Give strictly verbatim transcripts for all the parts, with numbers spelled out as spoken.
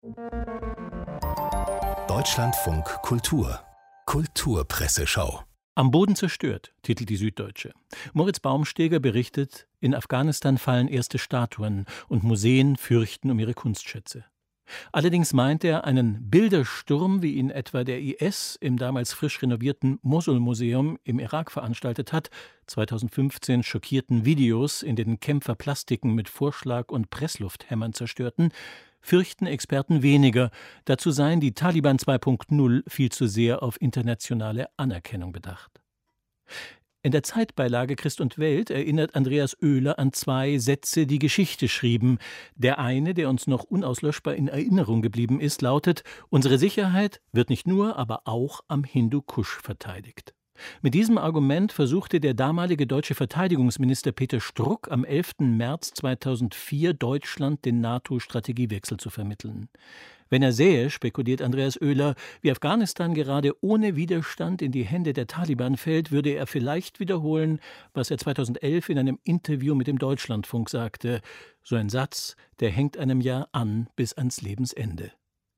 Deutschlandfunk Kultur Kulturpresseschau. Am Boden zerstört, titelt die Süddeutsche. Moritz Baumsteger berichtet, in Afghanistan fallen erste Statuen und Museen fürchten um ihre Kunstschätze. Allerdings meint er einen Bildersturm, wie ihn etwa der I S im damals frisch renovierten Mosul-Museum im Irak veranstaltet hat. zweitausendfünfzehn schockierten Videos, in denen Kämpfer Plastiken mit Vorschlag- und Presslufthämmern zerstörten, fürchten Experten weniger. Dazu seien die Taliban zwei Punkt null viel zu sehr auf internationale Anerkennung bedacht. In der Zeitbeilage Christ und Welt erinnert Andreas Oehler an zwei Sätze, die Geschichte schrieben. Der eine, der uns noch unauslöschbar in Erinnerung geblieben ist, lautet: Unsere Sicherheit wird nicht nur, aber auch am Hindukusch verteidigt. Mit diesem Argument versuchte der damalige deutsche Verteidigungsminister Peter Struck am elften März zweitausendvier Deutschland den NATO-Strategiewechsel zu vermitteln. Wenn er sähe, spekuliert Andreas Oehler, wie Afghanistan gerade ohne Widerstand in die Hände der Taliban fällt, würde er vielleicht wiederholen, was er zweitausendelf in einem Interview mit dem Deutschlandfunk sagte. So ein Satz, der hängt einem ja an bis ans Lebensende.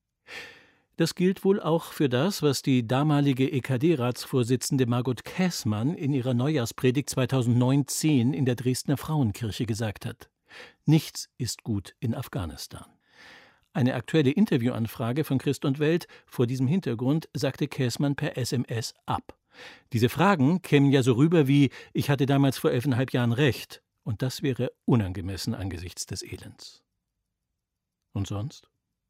Das gilt wohl auch für das, was die damalige E K D-Ratsvorsitzende Margot Käßmann in ihrer Neujahrspredigt zweitausendneunzehn in der Dresdner Frauenkirche gesagt hat. Nichts ist gut in Afghanistan. Eine aktuelle Interviewanfrage von Christ und Welt vor diesem Hintergrund sagte Käßmann per S M S ab. Diese Fragen kämen ja so rüber wie: Ich hatte damals vor elfeinhalb Jahren recht. Und das wäre unangemessen angesichts des Elends. Und sonst?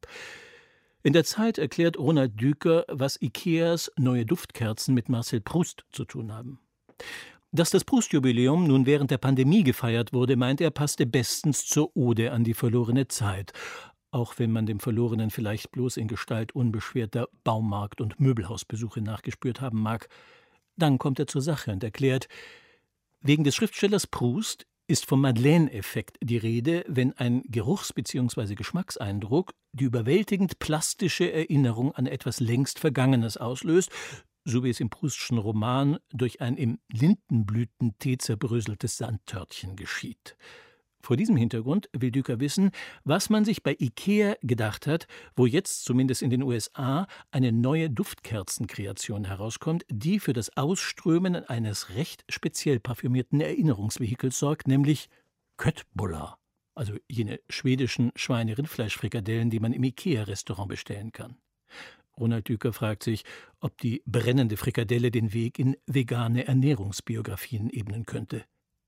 In der Zeit erklärt Ronald Düker, was Ikeas neue Duftkerzen mit Marcel Proust zu tun haben. Dass das Proust-Jubiläum nun während der Pandemie gefeiert wurde, meint er, passte bestens zur Ode an die verlorene Zeit. Auch wenn man dem Verlorenen vielleicht bloß in Gestalt unbeschwerter Baumarkt- und Möbelhausbesuche nachgespürt haben mag. Dann kommt er zur Sache und erklärt: Wegen des Schriftstellers Proust ist vom Madeleine-Effekt die Rede, wenn ein Geruchs- bzw. Geschmackseindruck die überwältigend plastische Erinnerung an etwas längst Vergangenes auslöst, so wie es im Proustschen Roman durch ein im Lindenblütentee zerbröseltes Sandtörtchen geschieht. Vor diesem Hintergrund will Düker wissen, was man sich bei Ikea gedacht hat, wo jetzt zumindest in den U S A eine neue Duftkerzenkreation herauskommt, die für das Ausströmen eines recht speziell parfümierten Erinnerungsvehikels sorgt, nämlich Köttbullar, also jene schwedischen Schweine-Rindfleischfrikadellen, die man im Ikea-Restaurant bestellen kann. Ronald Düker fragt sich, ob die brennende Frikadelle den Weg in vegane Ernährungsbiografien ebnen könnte.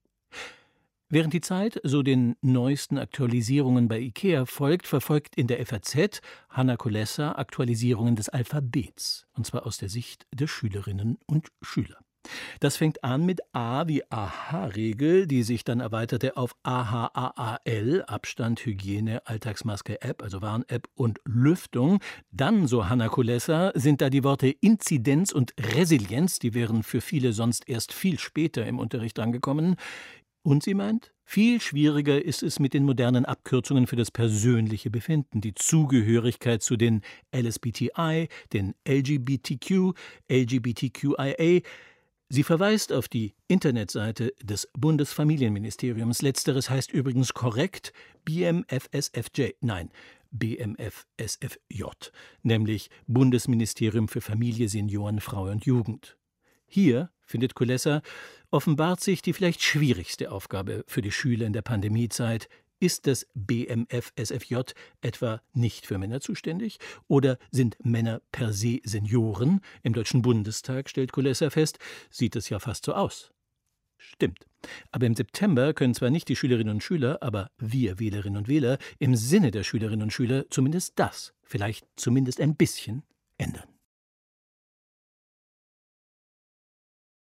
Während die Zeit so den neuesten Aktualisierungen bei Ikea folgt, verfolgt in der F A Z Hanna Kulesza Aktualisierungen des Alphabets, und zwar aus der Sicht der Schülerinnen und Schüler. Das fängt an mit A wie Aha-Regel, die sich dann erweiterte auf A H A A L, Abstand, Hygiene, Alltagsmaske, App, also Warn-App und Lüftung. Dann, so Hanna Kulesza, sind da die Worte Inzidenz und Resilienz, die wären für viele sonst erst viel später im Unterricht angekommen. Und sie meint, viel schwieriger ist es mit den modernen Abkürzungen für das persönliche Befinden, die Zugehörigkeit zu den L S B T I, den L G B T Q, L G B T Q I A. Sie verweist auf die Internetseite des Bundesfamilienministeriums. Letzteres heißt übrigens korrekt B M F S F J, nein, B M F S F J, nämlich Bundesministerium für Familie, Senioren, Frau und Jugend. Hier, findet Kulesza, offenbart sich die vielleicht schwierigste Aufgabe für die Schüler in der Pandemiezeit. Ist das B M F S F J etwa nicht für Männer zuständig? Oder sind Männer per se Senioren? Im Deutschen Bundestag, stellt Kulesza fest, sieht es ja fast so aus. Stimmt. Aber im September können zwar nicht die Schülerinnen und Schüler, aber wir Wählerinnen und Wähler im Sinne der Schülerinnen und Schüler zumindest das, vielleicht zumindest ein bisschen, ändern.